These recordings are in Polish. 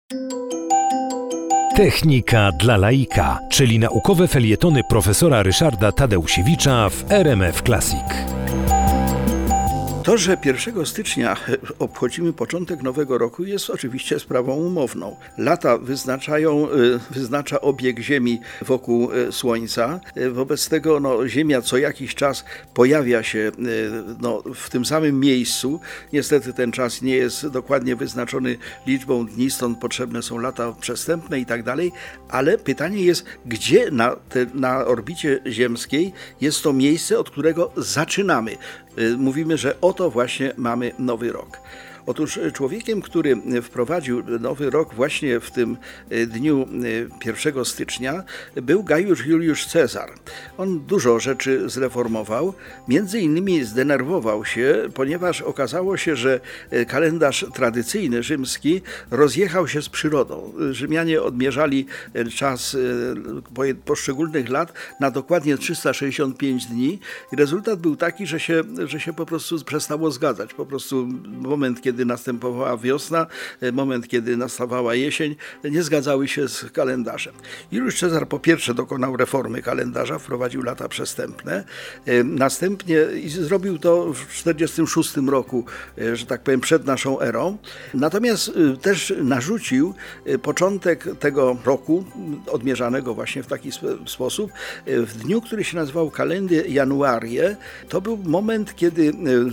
Technika dla laika, czyli naukowe felietony profesora Ryszarda Tadeusiewicza w RMF Classic. To, że 1 stycznia obchodzimy początek nowego roku, jest oczywiście sprawą umowną. Lata wyznacza obieg Ziemi wokół Słońca. Wobec tego Ziemia co jakiś czas pojawia się w tym samym miejscu. Niestety ten czas nie jest dokładnie wyznaczony liczbą dni, stąd potrzebne są lata przestępne i tak dalej. Ale pytanie jest, gdzie na orbicie ziemskiej jest to miejsce, od którego zaczynamy. Mówimy, że oto właśnie mamy nowy rok. Otóż człowiekiem, który wprowadził nowy rok właśnie w tym dniu 1 stycznia, był Gajusz Juliusz Cezar. On dużo rzeczy zreformował, między innymi zdenerwował się, ponieważ okazało się, że kalendarz tradycyjny rzymski rozjechał się z przyrodą. Rzymianie odmierzali czas poszczególnych lat na dokładnie 365 dni i rezultat był taki, że się po prostu przestało zgadzać. Po prostu moment, kiedy następowała wiosna, moment, kiedy nastawała jesień, nie zgadzały się z kalendarzem. Juliusz Cezar po pierwsze dokonał reformy kalendarza, wprowadził lata przestępne, następnie zrobił to w 46 roku, że tak powiem, przed naszą erą. Natomiast też narzucił początek tego roku, odmierzanego właśnie w taki sposób, w dniu, który się nazywał Calendy Januarie. To był moment, kiedy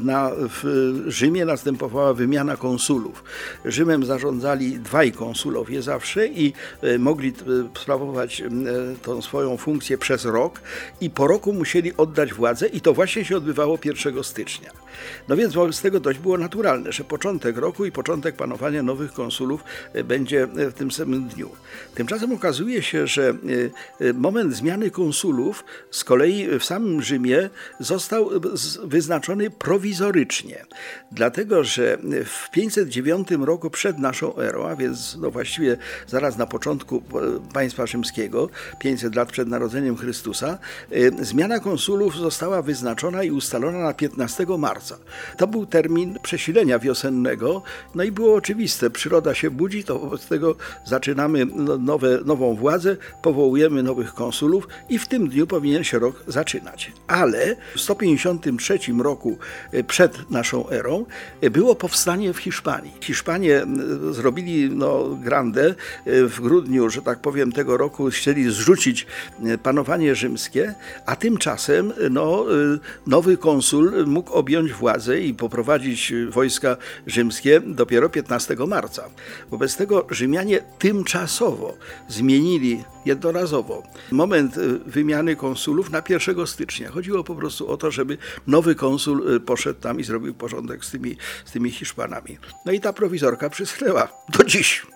w Rzymie następowała wymiana konsulów. Rzymem zarządzali dwaj konsulowie zawsze i mogli sprawować tą swoją funkcję przez rok i po roku musieli oddać władzę i to właśnie się odbywało 1 stycznia. No więc wobec tego dość było naturalne, że początek roku i początek panowania nowych konsulów będzie w tym samym dniu. Tymczasem okazuje się, że moment zmiany konsulów z kolei w samym Rzymie został wyznaczony prowizorycznie, dlatego że w 509 roku przed naszą erą, a więc właściwie zaraz na początku państwa rzymskiego, 500 lat przed narodzeniem Chrystusa, zmiana konsulów została wyznaczona i ustalona na 15 marca. To był termin przesilenia wiosennego, no i było oczywiste, przyroda się budzi, to wobec tego zaczynamy nową władzę, powołujemy nowych konsulów i w tym dniu powinien się rok zaczynać. Ale w 153 roku przed naszą erą było powstanie w Hiszpanii. Hiszpanie zrobili grande w grudniu, że tak powiem, tego roku, chcieli zrzucić panowanie rzymskie, a tymczasem nowy konsul mógł objąć władzę i poprowadzić wojska rzymskie dopiero 15 marca. Wobec tego Rzymianie tymczasowo zmienili jednorazowo moment wymiany konsulów na 1 stycznia. Chodziło po prostu o to, żeby nowy konsul poszedł tam i zrobił porządek z tymi Hiszpanami. No i ta prowizorka przyschnęła do dziś.